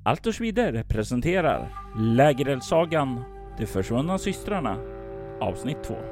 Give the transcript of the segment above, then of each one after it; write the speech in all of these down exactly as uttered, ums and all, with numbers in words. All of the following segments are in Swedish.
Altersvidder presenterar Lägereldssagan De försvunna systrarna avsnitt två.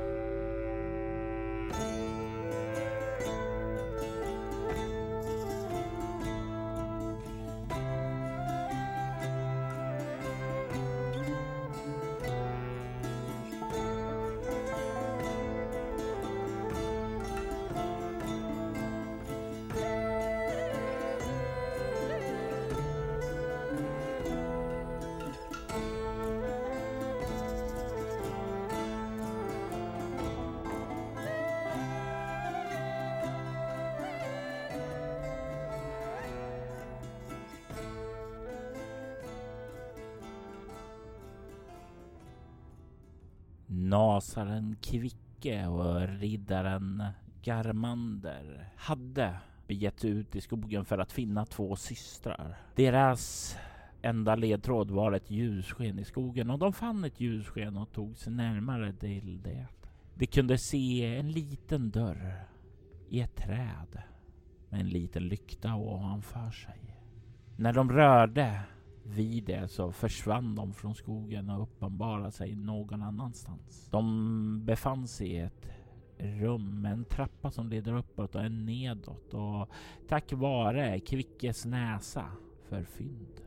Nasaren Kvicke och riddaren Garmander hade begett ut i skogen för att finna två systrar. Deras enda ledtråd var ett ljussken i skogen och de fann ett ljussken och tog sig närmare till det. De kunde se en liten dörr i ett träd med en liten lykta ovanför sig. När de rörde vid det så försvann de från skogen och uppenbarade sig någon annanstans. De befann sig i ett rum med en trappa som leder uppåt och en nedåt, och tack vare Kvickes näsa för fynd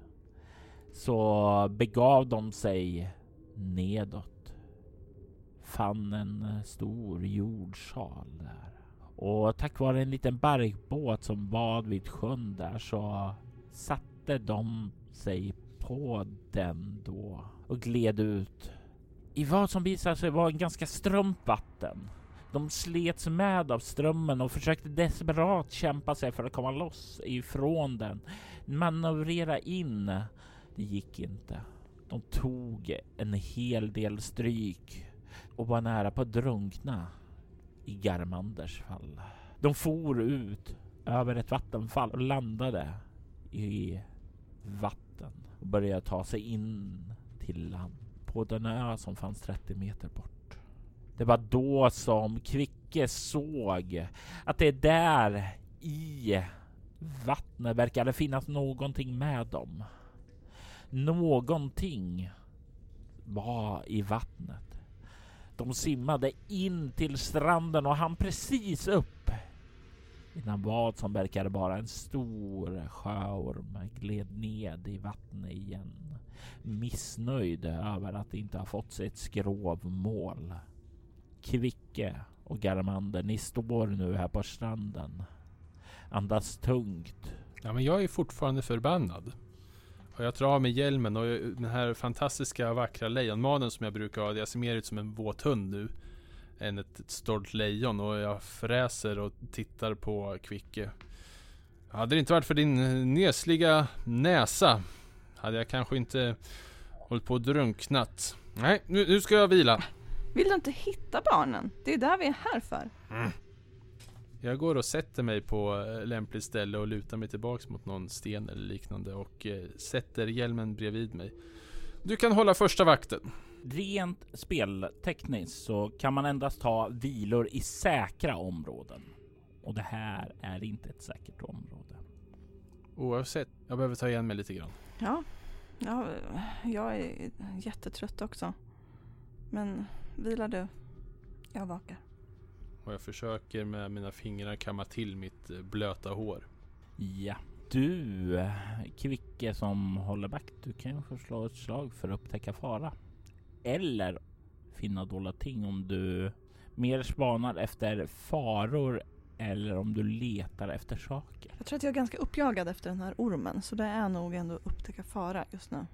så begav de sig nedåt. Fann en stor jordsal där. Och tack vare en liten barkbåt som bad vid sjön där så satte de sig på den då och gled ut i vad som visade sig vara en ganska strömt vatten. De slets med av strömmen och försökte desperat kämpa sig för att komma loss ifrån den. Manövrera in, det gick inte. De tog en hel del stryk och var nära på att drunkna i Garmanders fall. De for ut över ett vattenfall och landade i vatten och började ta sig in till land på den ö som fanns trettio meter bort. Det var då som Kvicke såg att det där i vattnet verkade finnas någonting med dem. Någonting var i vattnet. De simmade in till stranden och han precis upp innan vad som verkade vara en stor sjöorm gled ned i vattnet igen. Missnöjd över att inte ha fått sig ett skrovmål. Kvicke och Garmander, ni står nu här på stranden. Andas tungt. Ja, men jag är fortfarande förbannad. Och jag drar av mig hjälmen och den här fantastiska vackra lejonmanen som jag brukar ha. Jag ser mer ut som en våt hund nu än ett, ett stort lejon, och jag fräser och tittar på Kvicke. Hade det inte varit för din nesliga näsa hade jag kanske inte hållit på och drunknat. Nej, nu, nu ska jag vila. Vill du inte hitta barnen? Det är där vi är här för. Mm. Jag går och sätter mig på lämpligt ställe och lutar mig tillbaks mot någon sten eller liknande och eh, sätter hjälmen bredvid mig. Du kan hålla första vakten. Rent speltekniskt så kan man endast ta vilor i säkra områden. Och det här är inte ett säkert område. Oavsett, jag behöver ta igen mig lite grann. Ja, ja jag är jättetrött också. Men vilar du? Jag vakar. Och jag försöker med mina fingrar kamma till mitt blöta hår. Ja, du Kvicke som håller back, du kan ju förslå ett slag för att upptäcka fara. Eller finna dolda ting om du mer spanar efter faror eller om du letar efter saker. Jag tror att jag är ganska uppjagad efter den här ormen, så det är nog ändå upptäcka fara just nu.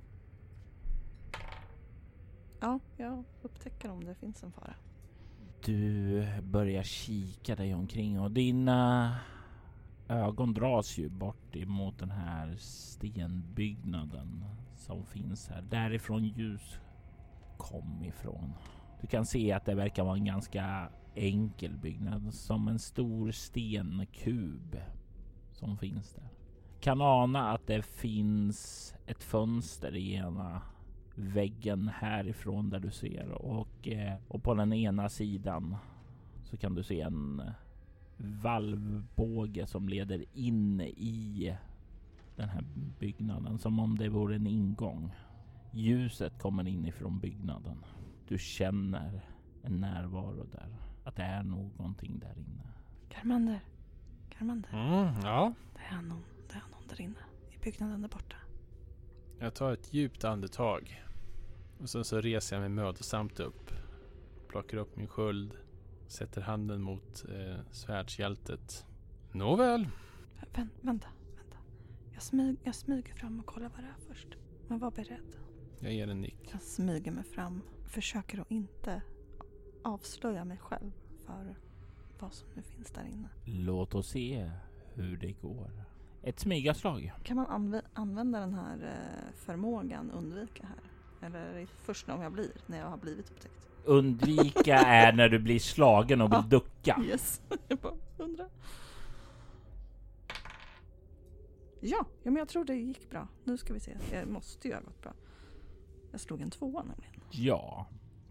Ja, jag upptäcker om det finns en fara. Du börjar kika dig omkring och dina ögon dras ju bort emot den här stenbyggnaden som finns här. Därifrån ljus kom ifrån. Du kan se att det verkar vara en ganska enkel byggnad, som en stor stenkub som finns där. Kan ana att det finns ett fönster i ena väggen härifrån där du ser, och, och på den ena sidan så kan du se en valvbåge som leder in i den här byggnaden som om det vore en ingång. Ljuset kommer inifrån byggnaden. Du känner en närvaro där. Att det är någonting där inne. Garmander. Garmander. Mm, ja. Det är någon, det är någon där inne. I byggnaden där borta. Jag tar ett djupt andetag. Och sen så reser jag mig mödosamt upp. Plockar upp min sköld. Sätter handen mot eh, svärdshjältet. Nåväl. Vä- vänta, vänta. Jag, smyg, jag smyger fram och kollar vad det är först. Men var beredd. Jag ger en nick. Jag smyger mig fram. Försöker att inte avslöja mig själv för vad som nu finns där inne. Låt oss se hur det går. Ett smygaslag. Kan man anv- använda den här eh, förmågan undvika här? Eller är det först när jag blir, när jag har blivit upptäckt? Undvika är när du blir slagen och vill Ja. ducka. Yes, jag bara undrar. Ja, ja, men jag tror det gick bra. Nu ska vi se. Det måste ju ha gått bra. Jag slog en tvåa nämligen. Ja.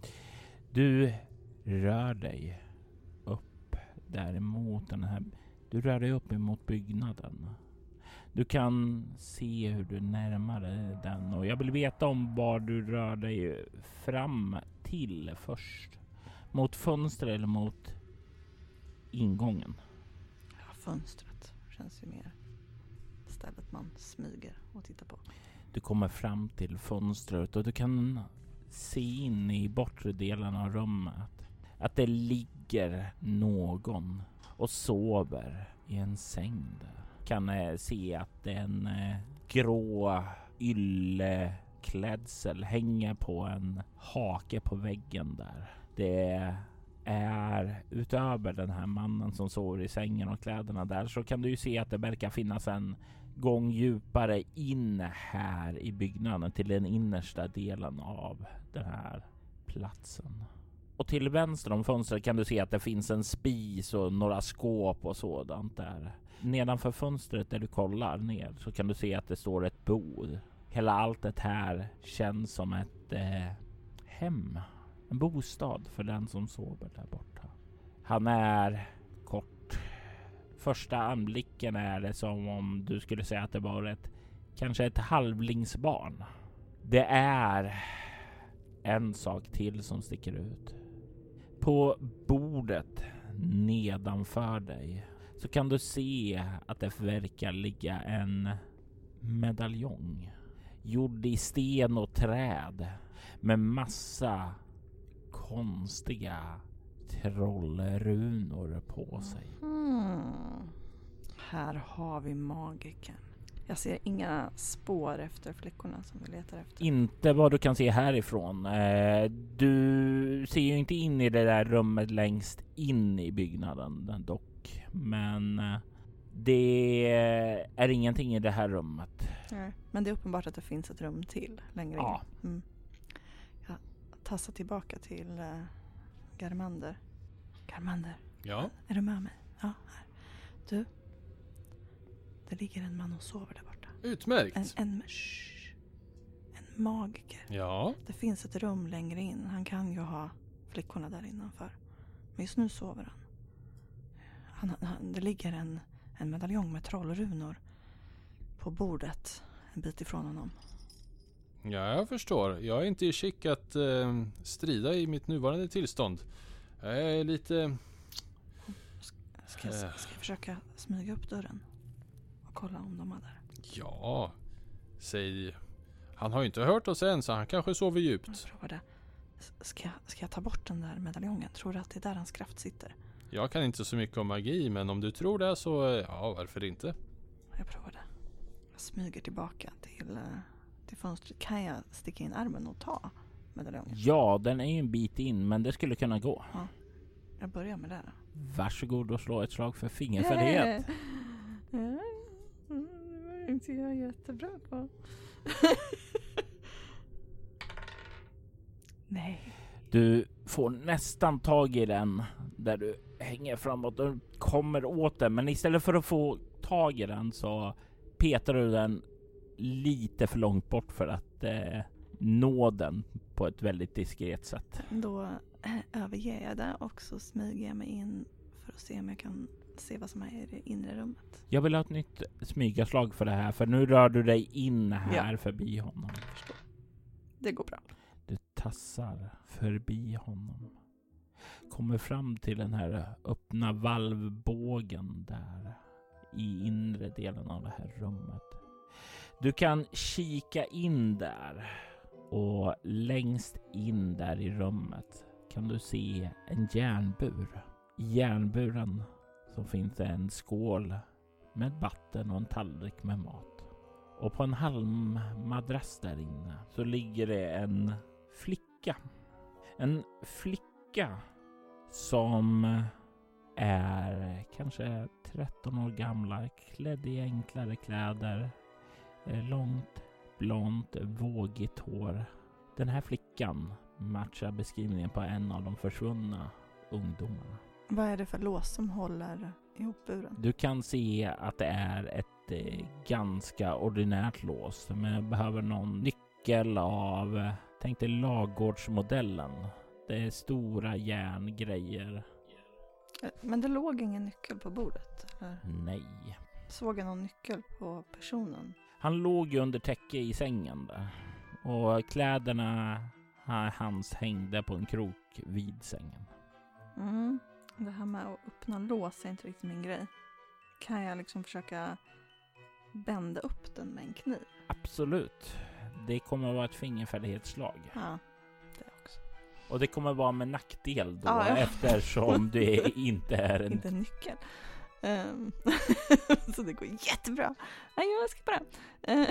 Du rör dig upp däremot den här. Du rör dig upp emot byggnaden. Du kan se hur du närmar dig den och jag vill veta om var du rör dig fram till först. Mot fönster eller mot ingången? Ja, fönstret känns ju mer stället man smyger och tittar på. Du kommer fram till fönstret och du kan se in i bortre delen av rummet att det ligger någon och sover i en säng där. Kan eh, se att en eh, grå ylleklädsel hänger på en hake på väggen där. Det är utöver den här mannen som sover i sängen och kläderna där, så kan du ju se att det verkar finnas en gång djupare in här i byggnaden till den innersta delen av den här platsen. Och till vänster om fönstret kan du se att det finns en spis och några skåp och sådant där. Nedanför fönstret där du kollar ner så kan du se att det står ett bord. Hela alltet här känns som ett eh, hem. En bostad för den som sover där borta. Han är kort. Första anblicken är det som om du skulle säga att det var ett kanske ett halvlingsbarn. Det är en sak till som sticker ut. På bordet nedanför dig så kan du se att det verkar ligga en medaljong gjord i sten och träd med massa konstiga trollrunor på sig. Hmm. Här har vi magiken. Jag ser inga spår efter flickorna som vi letar efter. Inte vad du kan se härifrån. Eh, du ser ju inte in i det där rummet längst in i byggnaden dock. Men eh, det är ingenting i det här rummet. Nej, men det är uppenbart att det finns ett rum till längre Ja. in. Mm. Jag tassar tillbaka till uh, Garmander. Garmander, Ja. är du med mig? Ja, här. Du, det ligger en man och sover där borta. Utmärkt. En, en, shh, en magiker. Ja. Det finns ett rum längre in. Han kan ju ha flickorna där innanför. Men just nu sover han. han, han det ligger en, en medaljong med trollrunor på bordet en bit ifrån honom. Ja, jag förstår. Jag är inte i skick att eh, strida i mitt nuvarande tillstånd. Jag är lite... Ska jag, ska jag försöka smyga upp dörren och kolla om de är där? Ja, säg... Han har ju inte hört oss än så han kanske sover Jag djupt. provar det. Ska jag, ska jag ta bort den där medaljongen? Tror du att det är där hans kraft sitter? Jag kan inte så mycket om magi, men om du tror det så, ja, varför inte? Jag provar det. Jag smyger tillbaka till, eh, till fönstret. Kan jag sticka in armen och ta medaljongen? Ja, den är ju en bit in, men det skulle kunna gå. Ja. Jag börjar med det då. Varsågod och slå ett slag för fingerfärdighet. Ja, mm, det var inte jag jättebra på. Nej. Du får nästan tag i den där du hänger framåt och kommer åt den. Men istället för att få tag i den så petar du den lite för långt bort för att eh, nå den på ett väldigt diskret sätt. Då eh, överger jag det och så smyger jag mig in för att se om jag kan se vad som är i det inre rummet. Jag vill ha ett nytt smygaslag för det här, för nu rör du dig in här Ja. förbi honom. Det går bra. Du tassar förbi honom. Kommer fram till den här öppna valvbågen där i inre delen av det här rummet. Du kan kika in där, och längst in där i rummet kan du se en järnbur. I järnburen så finns det en skål med vatten och en tallrik med mat. Och på en halmmadrass där inne så ligger det en flicka. En flicka som är kanske tretton år gamla, klädd i enklare kläder, långt, blont, vågigt hår. Den här flickan matchar beskrivningen på en av de försvunna ungdomarna. Vad är det för lås som håller ihop buren? Du kan se att det är ett eh, ganska ordinärt lås, men behöver någon nyckel av, eh, tänk dig lagårdsmodellen. Det är stora järngrejer. Men det låg ingen nyckel på bordet, eller? Nej. Såg jag någon nyckel på personen? Han låg ju under täcke i sängen där. Och kläderna hans hängde på en krok vid sängen. Mm. Det här med att öppna lås är inte riktigt min grej. Kan jag liksom försöka bända upp den med en kniv? Absolut. Det kommer att vara ett fingerfärdighetsslag. Ja, det också. Och det kommer att vara med nackdel då, Ja, ja. eftersom det inte är en... Inte en nyckel. Um, så det går jättebra. Nej, jag ska bara... Uh,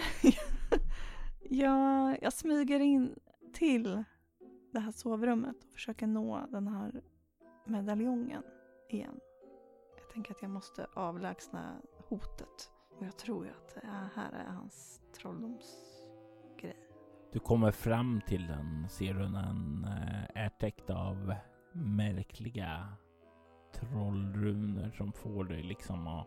jag, jag smyger in till det här sovrummet och försöker nå den här medaljongen igen. Jag tänker att jag måste avlägsna hotet. Och jag tror ju att det här är hans trolldomsgrej. Du kommer fram till den, ser du den är täckt av märkliga trollrunor som får dig liksom att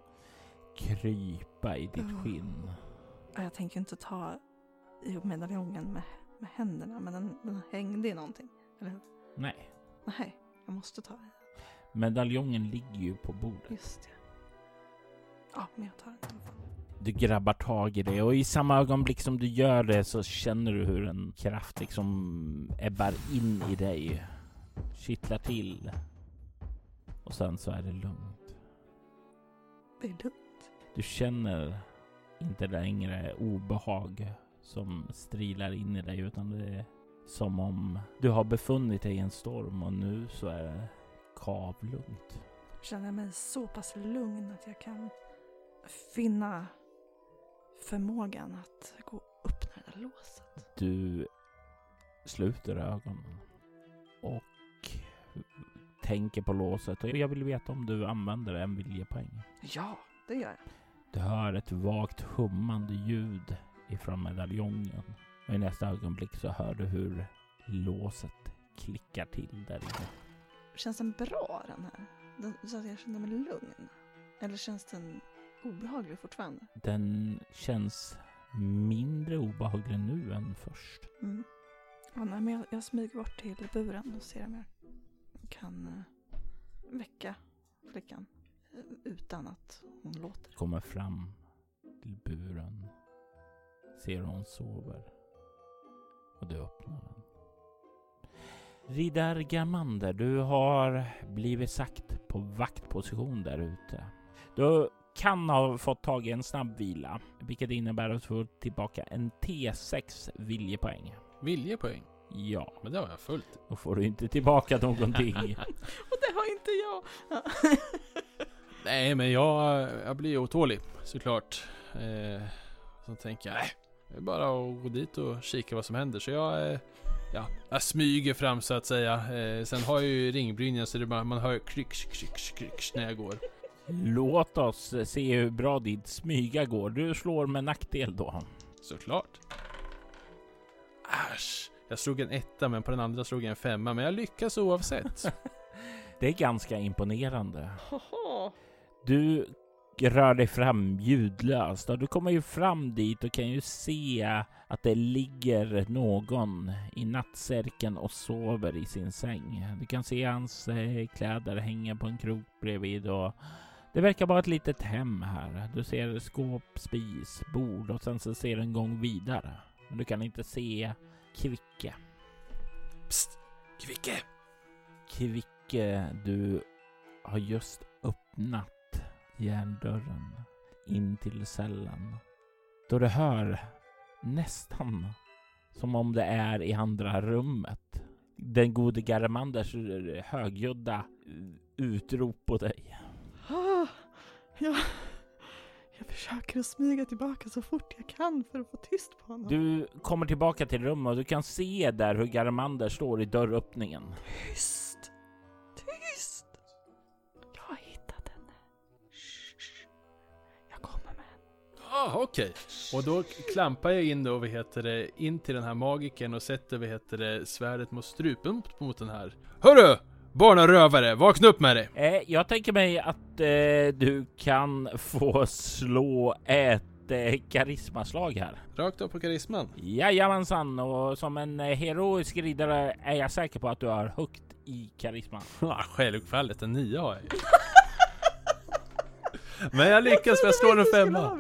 krypa i ditt Mm. skinn. Och jag tänker inte ta ihop medaljongen med, med händerna, men den, den hängde i någonting, eller hur? Nej, Nej, jag måste ta den. medaljongen ligger ju på bordet. Just det. Ja, men jag tar den. Du grabbar tag i det, och i samma ögonblick som du gör det så känner du hur en kraft liksom ebbar in i dig, kittlar till, och sen så är det lugnt. Det är lugnt. Du känner inte längre obehag som strilar in i dig, utan det är som om du har befunnit dig i en storm och nu så är det kavlugnt. Känner jag mig så pass lugn att jag kan finna förmågan att gå och öppna det där låset. Du sluter ögonen och tänker på låset, och jag vill veta om du använder en viljepoäng. Ja, det gör jag. Du hör ett vagt hummande ljud ifrån medaljongen, och i nästa ögonblick så hör du hur låset klickar till där inne. Känns den bra, den här? Den, så att jag känner mig lugn? Eller känns den obehaglig fortfarande? Den känns mindre obehaglig nu än först. Mm. Ja, nej, men jag, jag smyger bort till buren och ser om jag kan uh, väcka flickan uh, utan att hon låter. Kommer fram till buren, ser hon sover, och du öppnar den. Riddar Garmander, du har blivit sagt på vaktposition där ute. Du kan ha fått tag i en snabb vila, vilket innebär att du får tillbaka en T sex viljepoäng. Viljepoäng? Ja, Men det har jag fullt. då får du inte tillbaka någonting. Och det har inte jag! Nej, men jag, jag blir otålig såklart. Eh, så tänker jag, äh, det är bara att gå dit och kika vad som händer. Så jag, eh, ja, jag smyger fram så att säga. Eh, sen har jag ju ringbrynjan så det bara, man hör kryx, kryx, kryx när jag går. Låt oss se hur bra ditt smyga går. Du slår med nackdel då. Såklart. Äsch, jag slog en etta men på den andra slog jag en femma. Men jag lyckas oavsett. Det är ganska imponerande. Du rör dig fram ljudlöst, och du kommer ju fram dit och kan ju se att det ligger någon i nattsärken och sover i sin säng. Du kan se hans eh, kläder hänga på en krok bredvid, och Det verkar vara ett litet hem här. Du ser skåp, spis, bord och sen så ser du en gång vidare. Men du kan inte se Kvicke. Psst! Kvicke! Kvicke, du har just öppnat järndörren in till cellen. Då du hör nästan som om det är i andra rummet. Den gode Garmanders högljudda utrop på dig. Ah, jag, jag försöker att smyga tillbaka så fort jag kan för att få tyst på honom. Du kommer tillbaka till rummet och du kan se där hur Garmander står i dörröppningen. Tyst! Tyst! Jag har hittat henne. Shh. Jag kommer med henne. Ah, okej. Okay. Och då klampar jag in då, vad heter det, in till den här magiken och sätter, vad heter det, svärdet mot strupen mot den här. Hörru! Barnarövare, vakna upp med dig! Eh, jag tänker mig att eh, du kan få slå ett eh, karismaslag här. Rakt upp på karisman? Jajamensan, och som en eh, heroisk riddare är jag säker på att du har högt i karisma. Ja, självfallet, en nia har jag ju. Men jag lyckas med att slå en femma.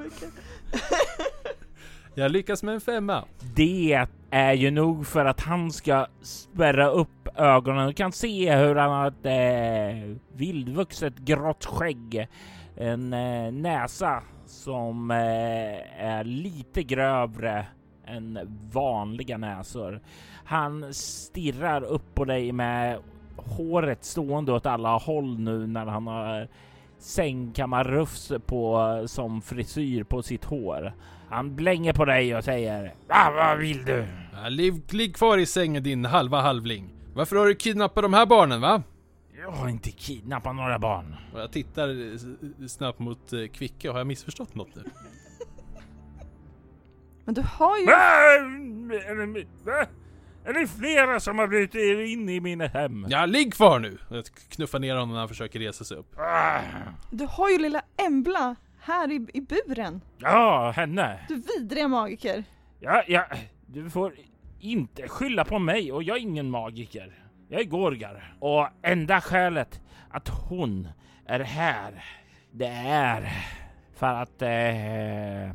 Jag lyckas med en femma. Det är ju nog för att han ska spärra upp ögonen. Du kan se hur han har ett eh, vildvuxet grått skägg. En eh, näsa som eh, är lite grövre än vanliga näsor. Han stirrar upp på dig med håret stående åt alla håll nu när han har sängkammarrufs på som frisyr på sitt hår. Han blänger på dig och säger: ah, vad vill du? Ja, ligg, ligg kvar i sängen, din halva halvling. Varför har du kidnappat de här barnen, va? Jag har inte kidnappat några barn. Och jag tittar snabbt mot uh, Kvicke. Har jag missförstått något nu? Men du har ju... Är det flera som har blivit in i mina hem? Ja, ligg kvar nu! Jag knuffar ner honom när han försöker resa sig upp. Ah. Du har ju lilla Embla här i, i buren. Ja, henne. Du vidriga magiker. Ja, ja, du får inte skylla på mig, och jag är ingen magiker. Jag är Gorgar. Och enda skälet att hon är här, det är för att eh,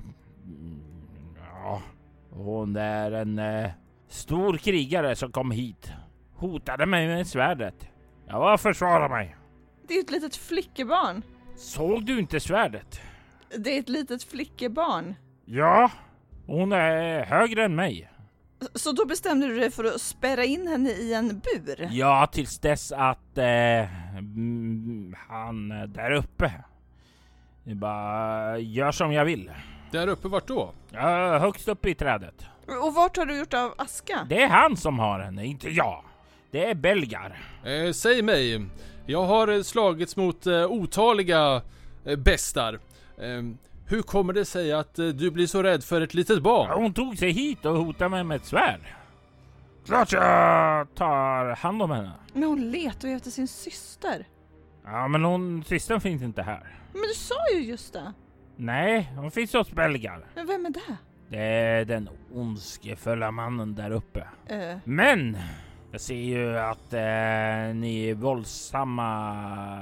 ja, hon är en eh, stor krigare som kom hit. Hotade mig med svärdet. Jag var försvara mig. Det är ett litet flickebarn. Såg du inte svärdet? Det är ett litet flickebarn. Ja, hon är högre än mig. Så då bestämde du dig för att spärra in henne i en bur? Ja, tills dess att eh, mm, han där uppe. Det bara gör som jag vill. Där uppe, vart då? Ja, högst upp i trädet. Och vart har du gjort av Aska? Det är han som har henne, inte jag. Det är belgar. Eh, säg mig, jag har slagits mot eh, otaliga eh, bestar. Eh, hur kommer det sig att eh, du blir så rädd för ett litet barn? Ja, hon tog sig hit och hotade mig med ett svärd. Klart jag tar hand om henne. Men hon letar ju efter sin syster. Ja, men hon, systern finns inte här. Men du sa ju just det. Nej, hon finns hos belgar. Men vem är det? Det är den ondskefulla mannen där uppe. Uh. Men jag ser ju att eh, ni är våldsamma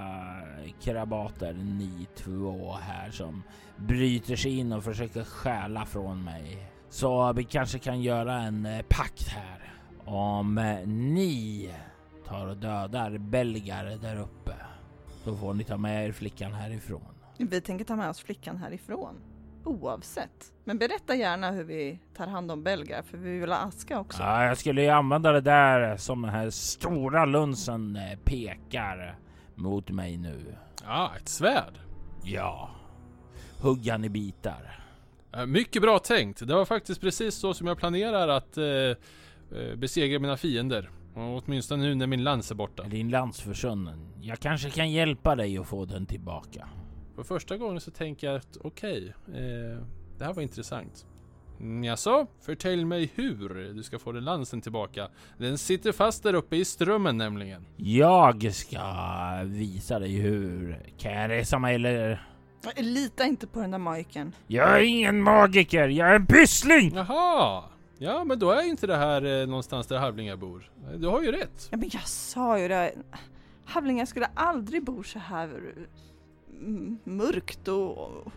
krabater, ni två här som bryter sig in och försöker stjäla från mig. Så vi kanske kan göra en eh, pakt här. Om eh, ni tar och dödar belgar där uppe, så får ni ta med er flickan härifrån. Vi tänker ta med oss flickan härifrån. Oavsett. Men berätta gärna hur vi tar hand om belgar, för vi vill ha Aska också. Ja, jag skulle ju använda det där som den här stora lunsen pekar mot mig nu. Ja, ett svärd. Ja, huggan i bitar. Mycket bra tänkt. Det var faktiskt precis så som jag planerar att eh, besegra mina fiender. Och åtminstone nu när min lans är borta. Din lans försvunnen. Jag kanske kan hjälpa dig att få den tillbaka. För första gången så tänker jag att okej, okay, eh, det här var intressant. Jaså, förtälj mig hur du ska få den lansen tillbaka. Den sitter fast där uppe i strömmen nämligen. Jag ska visa dig hur. Kan jag resa mig eller? Lita inte på den där magiken. Jag är ingen magiker, jag är en pyssling! Jaha, ja men då är inte det här eh, någonstans där halvlingar bor. Du har ju rätt. Ja, men jag sa ju det. Halvlingar skulle aldrig bo så här m- mörkt och, och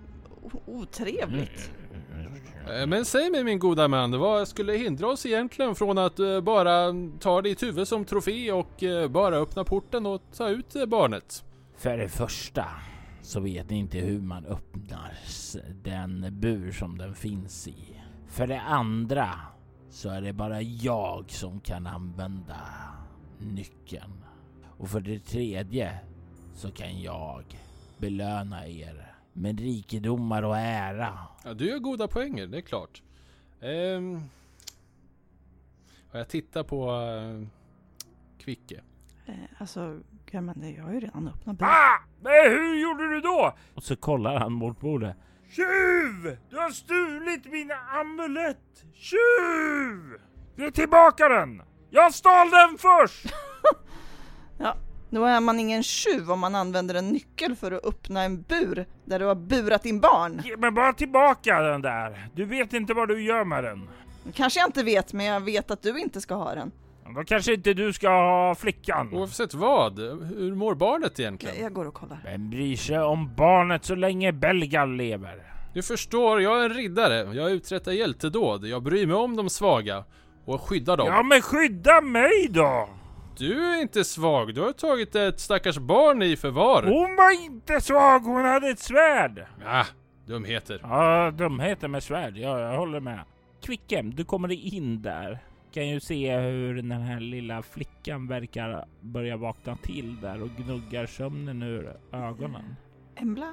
otrevligt. Men säg mig min goda man, vad skulle hindra oss egentligen från att uh, bara ta ditt huvud som trofé och uh, bara öppna porten och ta ut uh, barnet? För det första så vet ni inte hur man öppnar den bur som den finns i. För det andra så är det bara jag som kan använda nyckeln. Och för det tredje så kan jag belöna er med rikedomar och ära. Ja, du gör goda poänger, det är klart. Ehm, och jag tittar på uh, Kvicke. Eh, alltså, men jag har ju redan öppnat buren. Ah! Men hur gjorde du då? Och så kollar han mot bordet. Tjuv! Du har stulit min amulett! Tjuv! Ge tillbaka den! Jag stal den först! Ja, då är man ingen tjuv om man använder en nyckel för att öppna en bur där du har burat din barn. Ge mig bara tillbaka den där. Du vet inte vad du gör med den. Kanske jag inte vet, men jag vet att du inte ska ha den. Då kanske inte du ska ha flickan. Oavsett vad, hur mår barnet egentligen? Jag, jag går och kollar. Vem bryr sig om barnet så länge Belgal lever? Du förstår, jag är en riddare. Jag uträttar hjältedåd. Jag bryr mig om de svaga och skyddar dem. Ja, men skydda mig då! Du är inte svag. Du har tagit ett stackars barn i förvar. Hon var inte svag, hon hade ett svärd. Ja, dumheter. Ja, dumheter med svärd. Ja, jag håller med. Kvickem, du kommer in där. Kan ju se hur den här lilla flickan verkar börja vakna till där och gnuggar sömnen ur ögonen. Embla?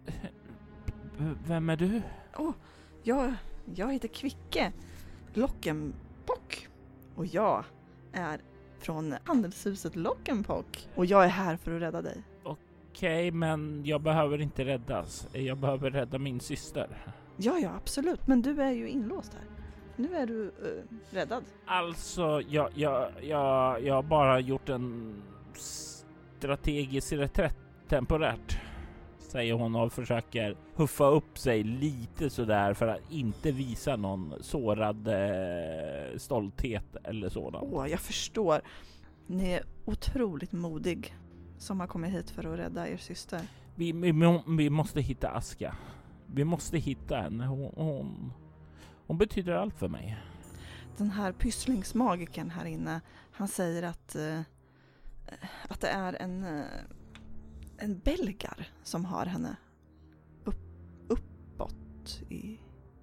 V- vem är du? Åh, oh, jag, jag heter Kvicke Lockenpock. Och jag är från handelshuset Lockenpock. Och jag är här för att rädda dig. Okej, men jag behöver inte räddas. Jag behöver rädda min syster. Ja, ja, absolut. Men du är ju inlåst här. Nu är du uh, räddad. Alltså, jag, jag, jag, jag har bara gjort en strategisk reträtt temporärt, säger hon och försöker huffa upp sig lite sådär för att inte visa någon sårad eh, stolthet eller sådant. Åh, jag förstår. Ni är otroligt modig som har kommit hit för att rädda er syster. Vi, vi, vi måste hitta Aska. Vi måste hitta henne. Hon, hon, hon betyder allt för mig. Den här pysslingsmagiken här inne, han säger att, uh, att det är en, uh, en belgar som har henne upp, uppåt i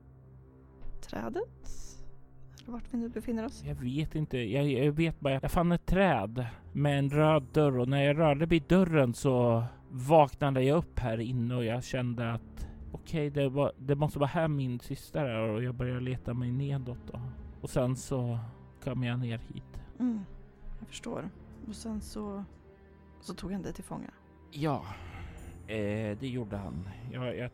trädet. Eller vart vi nu befinner oss. Jag vet inte. Jag, jag vet bara. Jag fann ett träd med en röd dörr och när jag rörde vid dörren så vaknade jag upp här inne och jag kände att okej, okay, det, det måste vara här min syster är och jag började leta mig nedåt då. Och sen så kom jag ner hit. Mm, jag förstår. Och sen så, så tog han dig till fånga. Ja, eh, det gjorde han. Jag, jag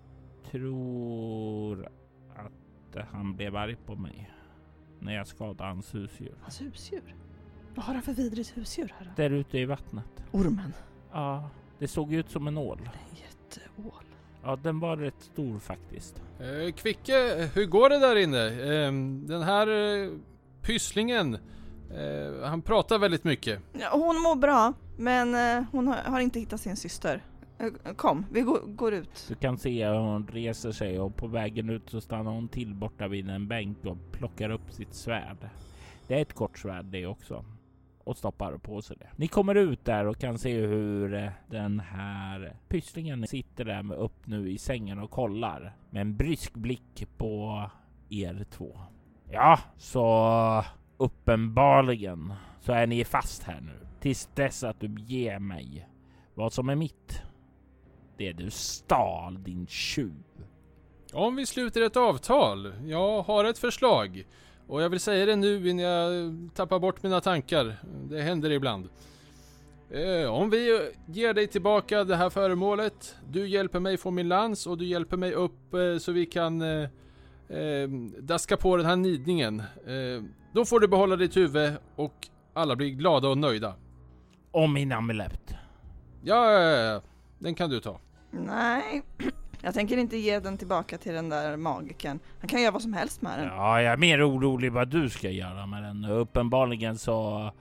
tror att han blev arg på mig när jag skadade hans husdjur. Hans husdjur? Vad har han för vidrigt husdjur här då? Där ute i vattnet. Ormen? Ja, det såg ut som en ål. En jätteål. Ja, den var rätt stor faktiskt. Eh, Kvicke, hur går det där inne? Eh, den här eh, pysslingen, eh, han pratar väldigt mycket. Ja, hon mår bra, men eh, hon har, har inte hittat sin syster. Eh, kom, vi går, går ut. Du kan se hur hon reser sig och på vägen ut så stannar hon till borta vid en bänk och plockar upp sitt svärd. Det är ett kort svärd det också. Och stoppar på sig det. Ni kommer ut där och kan se hur den här pysslingen sitter där med upp nu i sängen och kollar med en brysk blick på er två. Ja, så uppenbarligen så är ni fast här nu. Tills dess att du ger mig vad som är mitt. Det du stal, din tjuv. Om vi sluter ett avtal, jag har ett förslag. Och jag vill säga det nu innan jag tappar bort mina tankar. Det händer ibland. Eh, om vi ger dig tillbaka det här föremålet. Du hjälper mig få min lans och du hjälper mig upp eh, så vi kan eh, eh, daska på den här nidningen. Eh, då får du behålla ditt huvud och alla blir glada och nöjda. Och min amulett. Ja, ja, ja, den kan du ta. Nej, jag tänker inte ge den tillbaka till den där magiken. Han kan göra vad som helst med den. Ja, jag är mer orolig vad du ska göra med den. Uppenbarligen så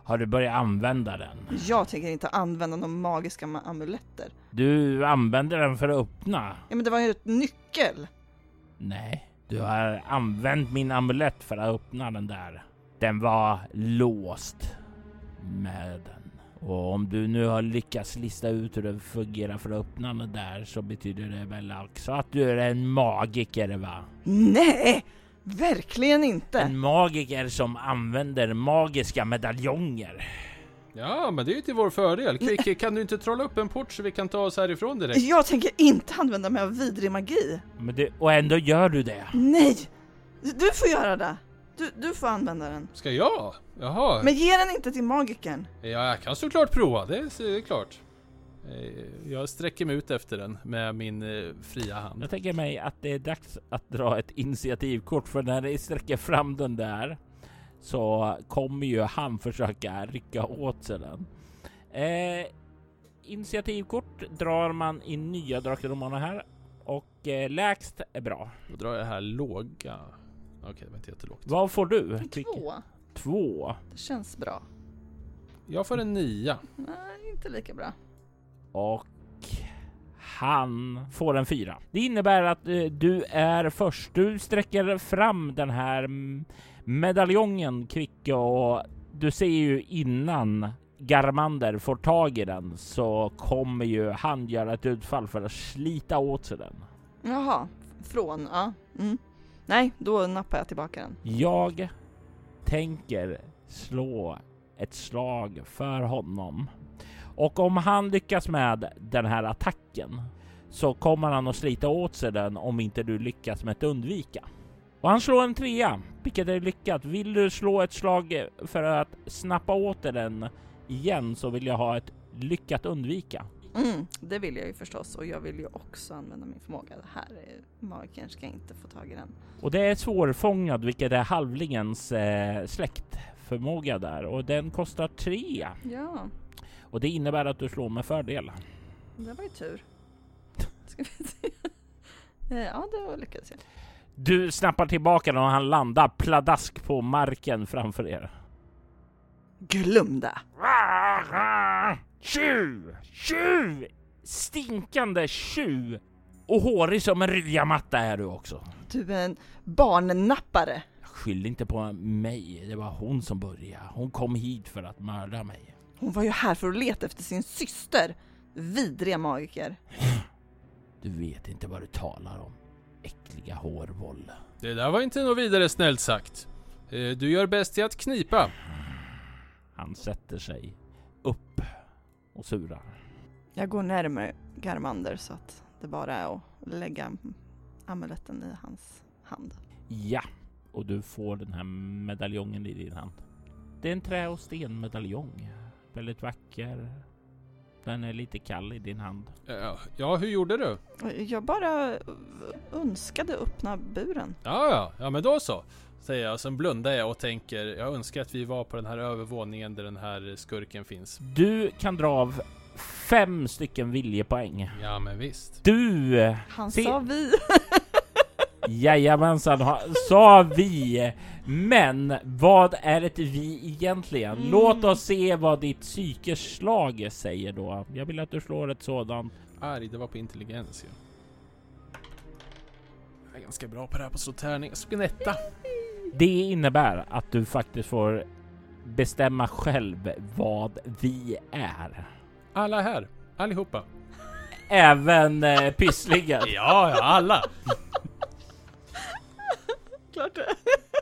Har du börjat använda den? Jag tänker inte använda några magiska ma- amuletter. Du använder den för att öppna? Ja, men det var ju ett nyckel. Nej, du har använt min amulett för att öppna den där. Den var låst med den. Och om du nu har lyckats lista ut hur det fungerar för att öppna den där, så betyder det väl också att du är en magiker, va? Nej, verkligen inte. En magiker som använder magiska medaljonger. Ja, men det är ju till vår fördel. Kvick, kan du inte trolla upp en port så vi kan ta oss härifrån direkt? Jag tänker inte använda mig av vidrig magi. Men det, och ändå gör du det. Nej, du får göra det. Du, du får använda den. Ska jag? Jaha. Men ge den inte till magikern. Ja, jag kan såklart prova, det är, det är klart. Jag sträcker mig ut efter den med min eh, fria hand. Jag tänker mig att det är dags att dra ett initiativkort, för när det sträcker fram den där så kommer ju han försöka rycka åt sig den. Eh, initiativkort drar man i nya Drakar här, och eh, lägst är bra. Då drar jag här låga. Okej, det var inte jättelågt. Vad får du? Två. Två. Det känns bra. Jag får en nia. Nej, inte lika bra. Och han får en fyra. Det innebär att eh, du är först. Du sträcker fram den här mm, medaljongen, Kvicke, och du ser ju innan Garmander får tag i den så kommer ju han göra ett utfall för att slita åt sig den. Jaha, från, ja. Mm. Nej, då nappar jag tillbaka den. Jag tänker slå ett slag för honom. Och om han lyckas med den här attacken så kommer han att slita åt sig den om inte du lyckas med att undvika. Och han slår en trea, vilket är lyckat. Vill du slå ett slag för att snappa åt den igen, så vill jag ha ett lyckat undvika. Mm, det vill jag ju förstås, och jag vill ju också använda min förmåga. Det här är, magikern ska inte få tag i den. Och det är svårfångad, vilket är halvlingens eh, släktförmåga där. Och den kostar tre. Ja, Och det innebär att du slår med fördel. det var ju tur. Ska vi se. Ja, det var lyckades jag. Du snappar tillbaka den och han landar pladask på marken framför er. Glöm det! Tjuv! Tjuv! Stinkande tjuv! Och hårig som en ryamatta är du också. Du är en barnnappare. Skyll inte på mig, det var hon som började. Hon kom hit för att mörda mig. Hon var ju här för att leta efter sin syster. Vidriga magiker. Du vet inte vad du talar om. Äckliga hårvoll. Det där var inte något vidare snällt sagt. Du gör bäst i att knipa. Han sätter sig upp och surar. Jag går närmare Garmander så att det bara är att lägga amuletten i hans hand. Ja, och du får den här medaljongen i din hand. Det är en trä- och stenmedaljong. Väldigt vacker. Den är lite kall i din hand. Ja, ja, hur gjorde du? Jag bara önskade öppna buren. Ja, ja, ja, men då så. Säger jag, sen blundar jag och tänker, jag önskar att vi var på den här övervåningen där den här skurken finns. Du kan dra av fem stycken viljepoäng. Ja, men visst. Du... Han Se- sa vi. Jajamensan, ha, sa vi. Men vad är ett vi egentligen? Mm. Låt oss se vad ditt psykeslag säger då. Jag vill att du slår ett sådant. Arg, det var på intelligens ju. Jag är ganska bra på det här på slå tärning. Jag slog en etta. Det innebär att du faktiskt får bestämma själv vad vi är. Alla här, allihopa. Även eh, Pysslingen. Ja, ja, alla. Klart det.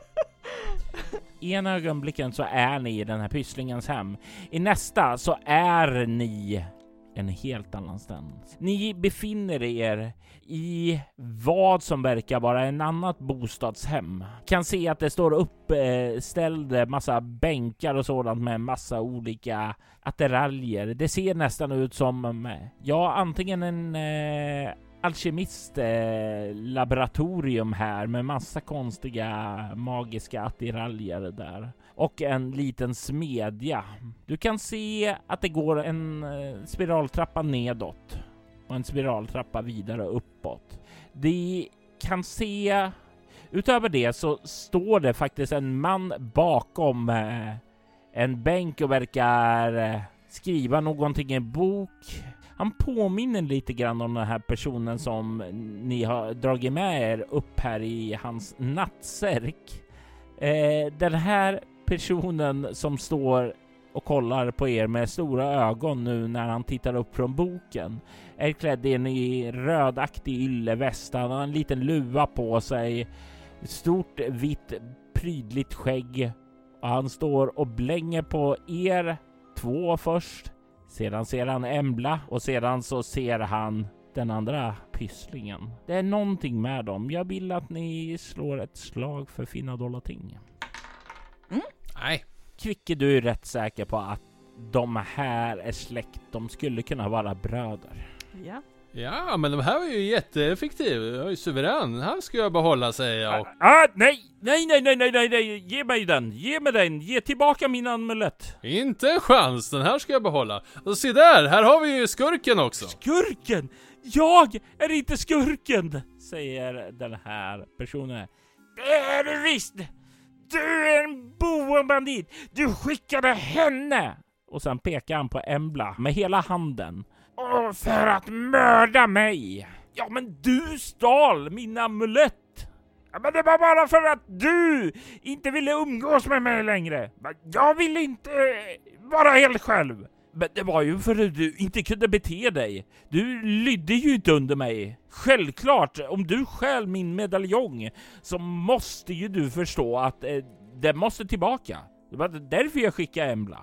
I ena ögonblicken så är ni i den här Pysslingens hem. I nästa så är ni en helt annanstans. Ni befinner er i vad som verkar vara en annat bostadshem. Kan se att det står uppställda massa bänkar och sådant med massa olika attiraljer. Det ser nästan ut som, ja, antingen en eh, alkemist eh, laboratorium här med massa konstiga magiska attiraljer där. Och en liten smedja. Du kan se att det går en eh, spiraltrappa nedåt och en spiraltrappa vidare uppåt. De kan se, utöver det så står det faktiskt en man bakom eh, en bänk och verkar skriva någonting i en bok. Han påminner lite grann om den här personen som ni har dragit med er upp här i hans nattsärk. Eh, den här personen som står och kollar på er med stora ögon nu när han tittar upp från boken är klädd in i rödaktig ylleväst. Han har en liten luva på sig, stort vitt prydligt skägg, och han står och blänger på er två först. Sedan ser han Embla och sedan så ser han den andra pysslingen. Det är någonting med dem. Jag vill att ni slår ett slag för fina dollar ting. Mm. Nej. Kvicke, du är rätt säker på att de här är släkt. De skulle kunna vara bröder. Ja. Ja, men de här var ju jätteeffektiva. Jag är ju suverän. Den här ska jag behålla, säger jag. Ah, ah, nej, nej, nej, nej, nej, nej, nej. Ge mig den. Ge mig den. Ge tillbaka min amulett. Inte en chans. Den här ska jag behålla. Och se där, här har vi ju skurken också. Skurken? Jag är inte skurken, säger den här personen. Det är du visst. Du är en boendbandit. Du skickade henne. Och sen pekar han på Embla med hela handen. Och för att mörda mig. Ja, men du stal min amulett. Ja, men det var bara för att du inte ville umgås med mig längre. Men jag ville inte vara helt själv. Men det var ju för att du inte kunde bete dig. Du lydde ju inte under mig. Självklart, om du stjäl min medaljong så måste ju du förstå att eh, det måste tillbaka. Det var därför jag skickade Embla.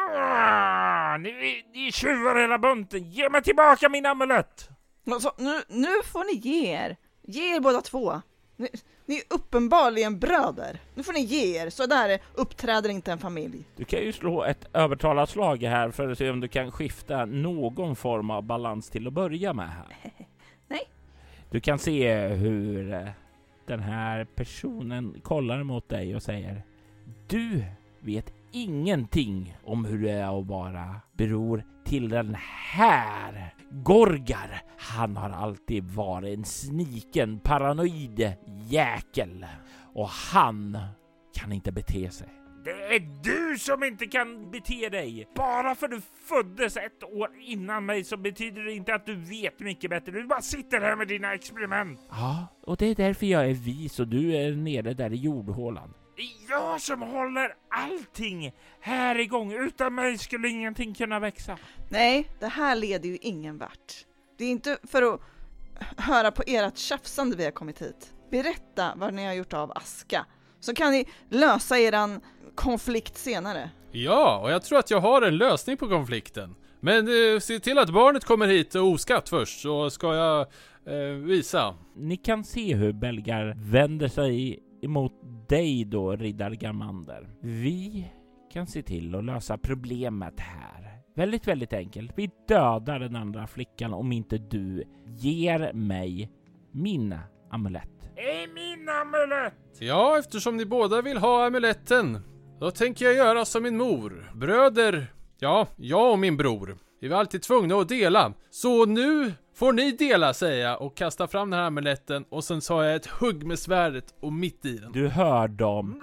Ah, ni, ni tjuvar hela bunten. Ge mig tillbaka min amulett. Alltså, nu, nu får ni ge er. Ge er båda två. Ni, ni är uppenbarligen bröder. Nu får ni ge er. Så där uppträder inte en familj. Du kan ju slå ett övertalarslag här för att se om du kan skifta någon form av balans till att börja med här. Nej. Du kan se hur den här personen kollar mot dig och säger: du vet ingenting om hur det är att vara bror till den här Gorgar. Han har alltid varit en sniken, paranoid jäkel. Och han kan inte bete sig. Det är du som inte kan bete dig. Bara för du föddes ett år innan mig så betyder det inte att du vet mycket bättre. Du bara sitter här med dina experiment. Ja, och det är därför jag är vis och du är nere där i jordhålan. Det är jag som håller allting här igång. Utan mig skulle ingenting kunna växa. Nej, det här leder ju ingen vart. Det är inte för att höra på ert tjafsande vi har kommit hit. Berätta vad ni har gjort av Aska. Så kan ni lösa eran konflikt senare. Ja, och jag tror att jag har en lösning på konflikten. Men eh, se till att barnet kommer hit oskatt först, så ska jag eh, visa. Ni kan se hur Belgar vänder sig emot dig då, riddar Garmander. Vi kan se till att lösa problemet här. Väldigt, väldigt enkelt. Vi dödar den andra flickan om inte du ger mig min amulett. Är min amulett! Ja, eftersom ni båda vill ha amuletten, då tänker jag göra som min mor. Bröder, ja, jag och min bror. Vi var alltid tvungna att dela. Så nu får ni dela, säger jag, och kasta fram den här amuletten. Och sen sa jag ett hugg med svärdet och mitt i den. Du hör dem.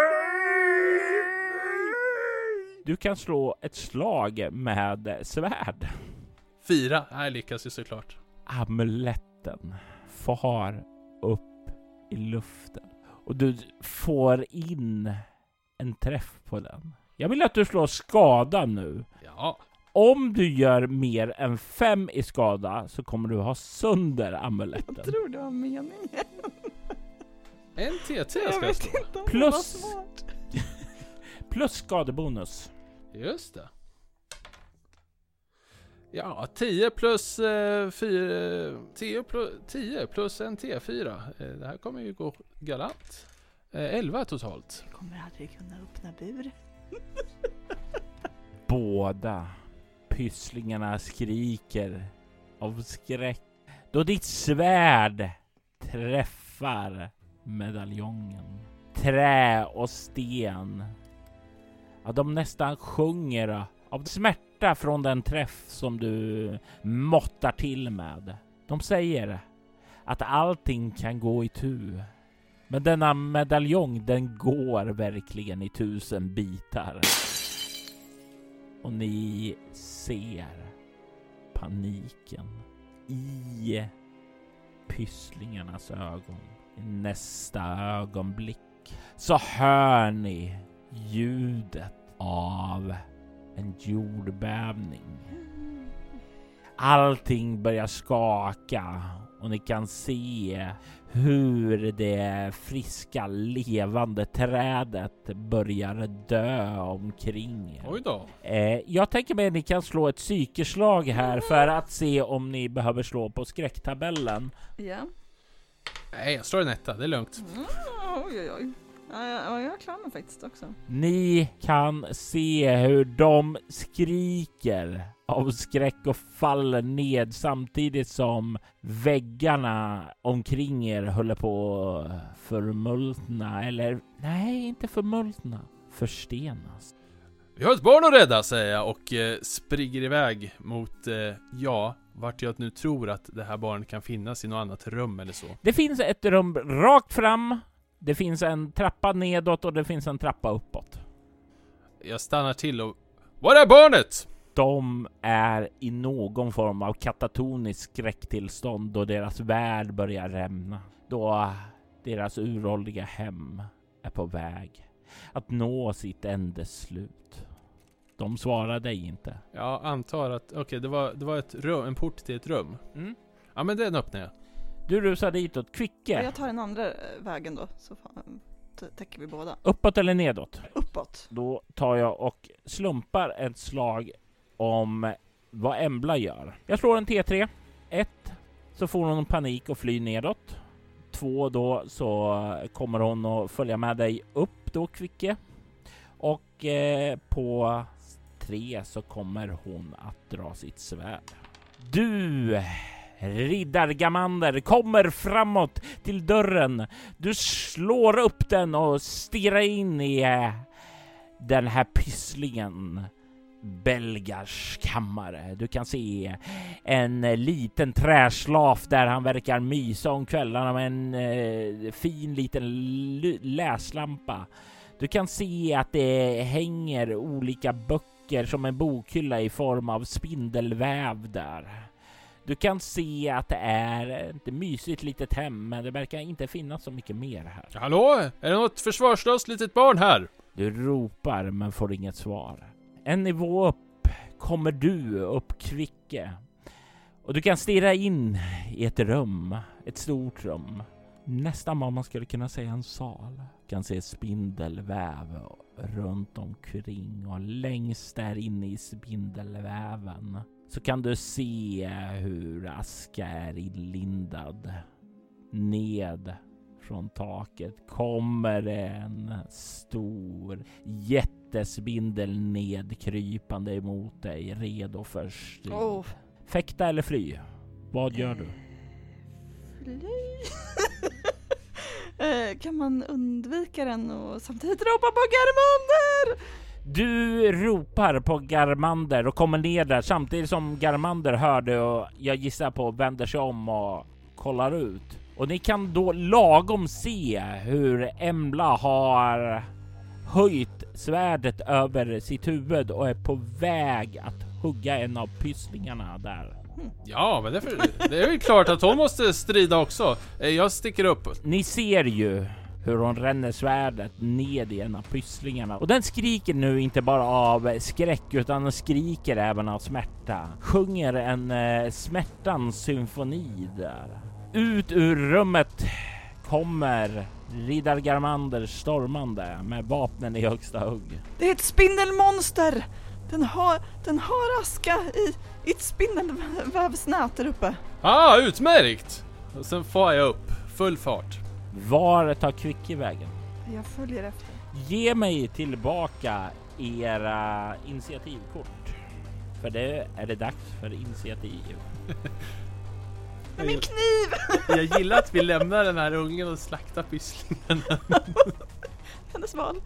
Du kan slå ett slag med svärd. Fyra. Nej, lyckas ju såklart. Amuletten far upp i luften. Och du får in en träff på den. Jag vill att du slår skada nu. Ja. Om du gör mer än fem i skada så kommer du ha sönder amuletten. Jag tror det var meningen. En T T jag ska vet slå. inte om Plus- det var smart. Plus skadebonus. Just det. Ja, tio plus eh, fyra, tio plus, tio plus en T fyra. Eh, det här kommer ju gå galant. Eh, elva totalt. Jag kommer aldrig kunna öppna bur. Båda pysslingarna skriker av skräck då ditt svärd träffar medaljongen. Trä och sten. Ja, de nästan sjunger av smärta från den träff som du måttar till med. De säger att allting kan gå i tu. Men denna medaljong, den går verkligen i tusen bitar. och ni ser paniken i pysslingarnas ögon. I nästa ögonblick så hör ni ljudet av en jordbävning. Allting börjar skaka och ni kan se hur det friska levande trädet börjar dö omkring. Oj då. Eh, jag tänker mig att ni kan slå ett psykeslag här för att se om ni behöver slå på skräcktabellen. Ja. Nej, jag slår en etta, det är lugnt. Mm, oj, oj, oj. Ja, ja, jag klarar mig faktiskt också. Ni kan se hur de skriker av skräck och faller ned samtidigt som väggarna omkring er håller på att förmultna. Eller nej, inte förmultna. Förstenas. Vi har ett barn att rädda, säger jag och eh, springer iväg mot, eh, ja, vart jag nu tror att det här barnet kan finnas i något annat rum eller så. Det finns ett rum rakt fram. Det finns en trappa nedåt och det finns en trappa uppåt. Jag stannar till och... Var är barnet? De är i någon form av katatonisk skräcktillstånd då deras värld börjar rämna. Då deras uråldriga hem är på väg att nå sitt ändeslut. De svarar dig inte. Jag antar att... Okej, okay, det var, det var ett rum, en port till ett rum. Mm. Ja, men den öppnar jag. Du rusar ditåt. Kvicke. Jag tar den andra vägen då, så fan, t- täcker vi båda. Uppåt eller nedåt? Uppåt. Då tar jag och slumpar ett slag om vad Embla gör. Jag slår en T tre. Ett, så får hon panik och flyr nedåt. Två, då så kommer hon att följa med dig upp då, Kvicke. Och eh, på tre så kommer hon att dra sitt svärd. Du... Riddargamander kommer framåt till dörren. Du slår upp den och stirrar in i äh, den här pysslingen. Belgars kammare. Du kan se en äh, liten träslaf där han verkar mysa om kvällarna med en äh, fin liten l- läslampa. Du kan se att det hänger olika böcker som en bokhylla i form av spindelväv där. Du kan se att det är ett mysigt litet hem, men det verkar inte finnas så mycket mer här. Hallå? Är det något försvarslöst litet barn här? Du ropar men får inget svar. En nivå upp kommer du upp, Kvicke. Och du kan stirra in i ett rum, ett stort rum. Nästan vad man skulle kunna säga en sal. Du kan se spindelväv runt omkring och längst där inne i spindelväven så kan du se hur aska är inlindad. Ned från taket kommer en stor jättespindel nedkrypande emot dig, redo för strid. Oh. Fäkta eller fly? Vad gör du? Fly? eh, kan man undvika den och samtidigt ropa på Garmander? Du ropar på Garmander och kommer ner där samtidigt som Garmander hör det och jag gissar på vänder sig om och kollar ut. Och ni kan då lagom se hur Embla har höjt svärdet över sitt huvud och är på väg att hugga en av pysslingarna där. Ja, men det är, för, det är ju klart att hon måste strida också. Jag sticker upp. Ni ser ju hur hon ränner svärdet ned i en av pysslingarna. Och den skriker nu inte bara av skräck utan den skriker även av smärta. Sjunger en eh, smärtans symfoni där. Ut ur rummet kommer Riddar Garmander stormande med vapnen i högsta hugg. Det är ett spindelmonster! Den har, den har aska i, i ett spindelvävsnät där uppe. Ah, utmärkt! Och sen får jag upp, full fart. Var tar Kvicke vägen? Jag följer efter. Ge mig tillbaka era initiativkort. För det är det dags för initiativ. Med min kniv! Jag gillar att vi lämnar den här ungen och slaktar pysslingen. Hennes val.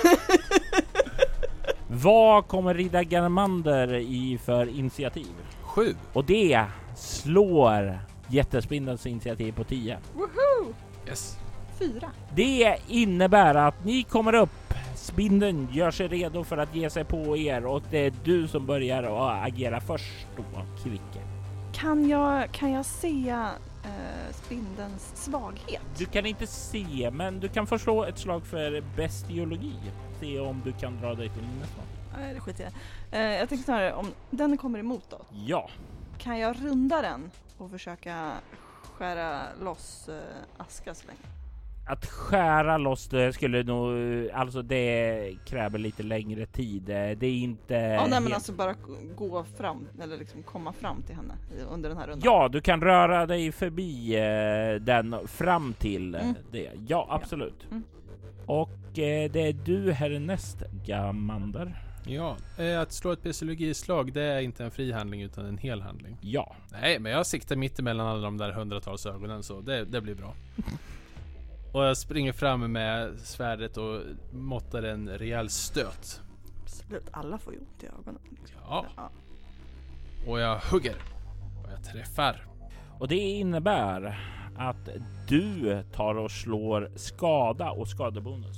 Vad kommer Riddar Garmander i för initiativ? Sju. Och det slår jättespindels initiativ på tio. Woohoo! Yes. Fyra. Det innebär att ni kommer upp Spindeln gör sig redo för att ge sig på er och det är du som börjar att agera först då, Kvicke. Kan jag, kan jag se eh, spindelns svaghet? Du kan inte se, men du kan förslå ett slag för bestiologi. Se om du kan dra dig till minnes något. Nej, det skiter jag. Eh, jag tänkte snarare om den kommer emot oss. Ja. Kan jag runda den och försöka skära loss eh, aska så länge? Att skära loss det skulle nog, alltså det kräver lite längre tid. Det är inte... Ja, nej, men helt... alltså bara gå fram, eller liksom komma fram till henne under den här rundan. Ja, du kan röra dig förbi eh, den fram till Mm. det. Ja, absolut. Mm. Och eh, det är du härnäst, Gamander. Ja, eh, att slå ett bestiologislag, det är inte en fri handling utan en hel handling. Ja. Nej, men jag siktar mitt emellan alla de där hundratals ögonen, så det, det blir bra. Och jag springer fram med svärdet och måttar en rejäl stöt. Absolut, alla får ju ont i ögonen. Liksom. Ja. Ja. Och jag hugger. Och jag träffar. Och det innebär att du tar och slår skada och skadebonus.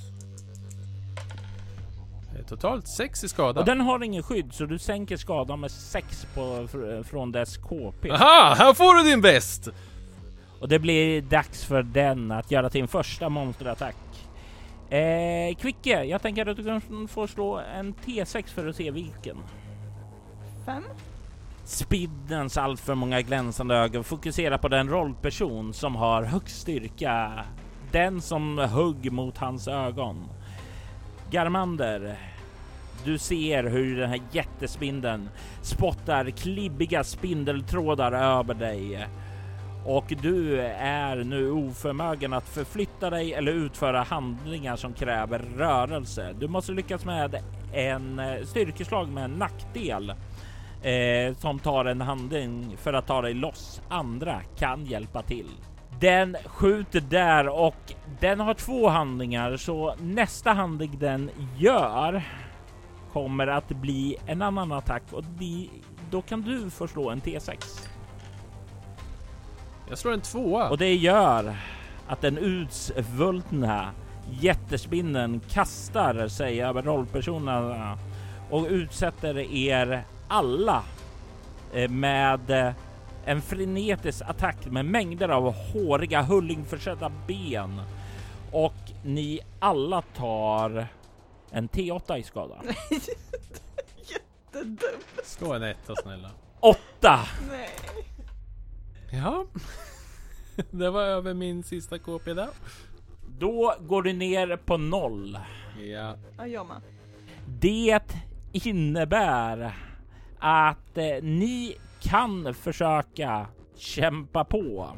Eh, Totalt sex i skada. Och den har ingen skydd, så du sänker skadan med sex på, fr- från dess K P. Aha, här får du din bäst! Och det blir dags för den att göra sin första monsterattack. Eh, Kvicke, jag tänker att du kan få slå en T sex för att se vilken. Fem? Spindelns allt för många glänsande ögon fokuserar på den rollperson som har högst styrka. Den som hugg mot hans ögon. Garmander, du ser hur den här jättespindeln spottar klibbiga spindeltrådar över dig. Och du är nu oförmögen att förflytta dig eller utföra handlingar som kräver rörelse. Du måste lyckas med en styrkeslag med en nackdel eh, som tar en handling för att ta dig loss. Andra kan hjälpa till. Den skjuter där och den har två handlingar, så nästa handling den gör kommer att bli en annan attack och de, då kan du få slå en T sex. Jag slår en tvåa. Och det gör att den utsvultna jättespindeln kastar sig över rollpersonerna och utsätter er alla med en frenetisk attack med mängder av håriga hullingförsedda ben. Och ni alla tar en T åtta i skada. Jättedumt. Slå en etta, snälla. åtta! Nej. Ja. Det var över min sista K P där. Då går du ner på noll. Ja. Ja, jag med. Det innebär att eh, ni kan försöka kämpa på.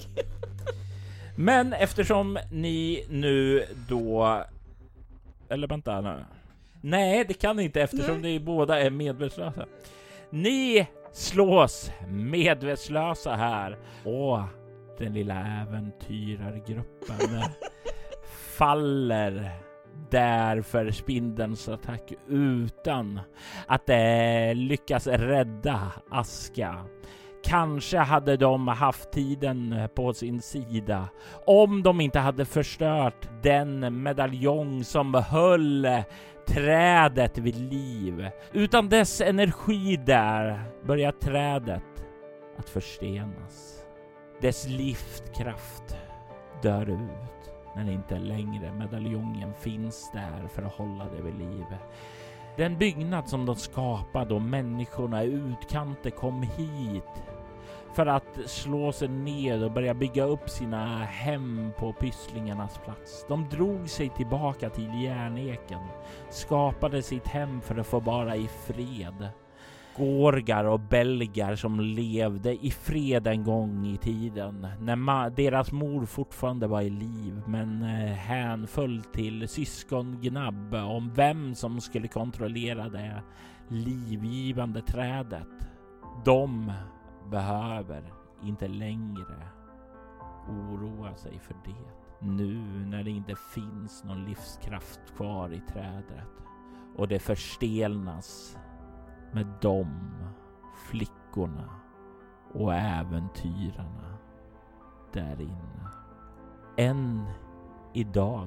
Men eftersom ni nu då... Eller vänta nu. Nej, det kan ni inte eftersom Nej. ni båda är medvetslösa. Ni slås medvetslösa här. Och den lilla äventyrargruppen faller där för spindelns attack utan att eh, lyckas rädda Aska. Kanske hade de haft tiden på sin sida om de inte hade förstört den medaljong som höll trädet vid liv. Utan dess energi där börjar trädet att förstenas. Dess livskraft dör ut när inte längre medaljongen finns där för att hålla det vid liv. Den byggnad som de skapade och människorna i utkanter kom hit för att slå sig ned och börja bygga upp sina hem på pysslingarnas plats. De drog sig tillbaka till järneken, skapade sitt hem för att få vara i fred. Gorgar och belgar som levde i fred en gång i tiden när ma- deras mor fortfarande var i liv, men eh, hänföll till syskongnabb om vem som skulle kontrollera det livgivande trädet. De behöver inte längre oroa sig för det. Nu när det inte finns någon livskraft kvar i trädet och det förstelnas med de flickorna och äventyrarna där inne. Än idag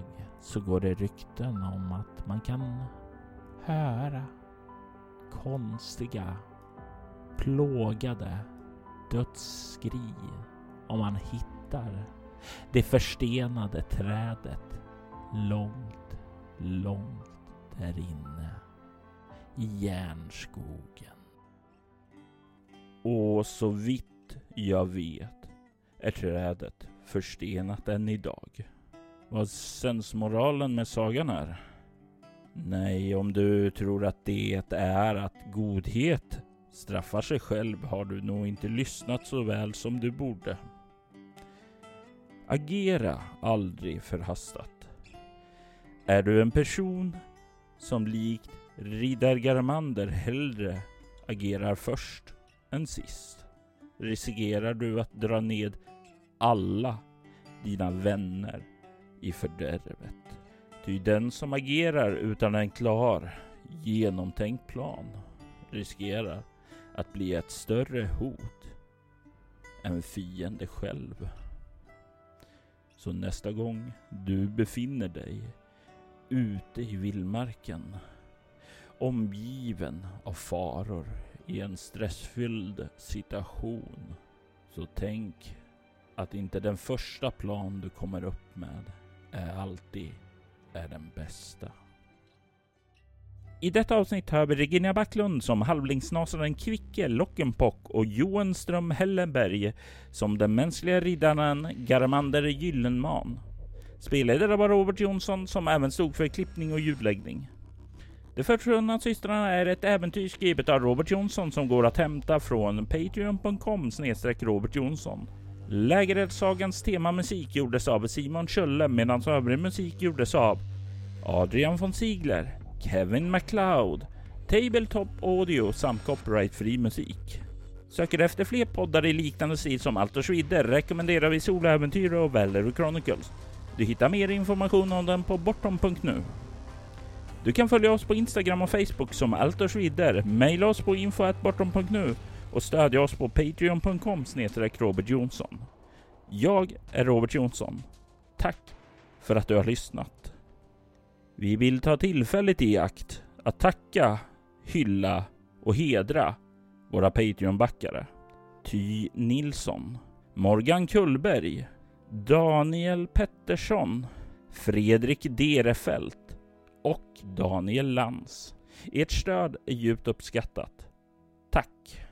så går det rykten om att man kan höra konstiga, plågade dödsskri om man hittar det förstenade trädet långt, långt där inne i järnskogen. Och så vitt jag vet är trädet förstenat än idag. Vad sensmoralen med sagan är? Nej, om du tror att det är att godhet straffar sig själv har du nog inte lyssnat så väl som du borde. Agera aldrig förhastat. Är du en person som likt riddar Garmander hellre agerar först än sist, riskerar du att dra ned alla dina vänner i fördärvet. Ty den som agerar utan en klar, genomtänkt plan riskerar att bli ett större hot än fiende själv. Så nästa gång du befinner dig ute i vildmarken, omgiven av faror i en stressfylld situation, så tänk att inte den första plan du kommer upp med är alltid är den bästa. I detta avsnitt hör vi Regina Backlund som halvlingsnasaren Kvicke Lockenpock och Johan Ström Hellenberg som den mänskliga riddaren Garmander Gyllenman. Spelledare var Robert Jonsson som även stod för klippning och ljudläggning. De försvunna systrarna är ett äventyr skrivet av Robert Jonsson som går att hämta från patreon punkt com snedstreck Robert Jonsson. Lägereldsagans temamusik gjordes av Simon Kölle medan övrig musik gjordes av Adrian von Ziegler, Kevin MacLeod, Tabletop Audio samt copyright-fri musik. Söker efter fler poddar i liknande stil som Altors Vidder rekommenderar vi Soläventyr och Valery Chronicles. Du hittar mer information om den på bortom punkt nu. Du kan följa oss på Instagram och Facebook som Altors Vidder, mejla oss på info at bortom punkt nu och stödja oss på patreon punkt com snedstreck Robert Jonsson. Jag är Robert Jonsson. Tack för att du har lyssnat. Vi vill ta tillfället i akt att tacka, hylla och hedra våra Patreon-backare. Ty Nilsson, Morgan Kullberg, Daniel Pettersson, Fredrik Derefelt och Daniel Lantz. Ert stöd är djupt uppskattat. Tack!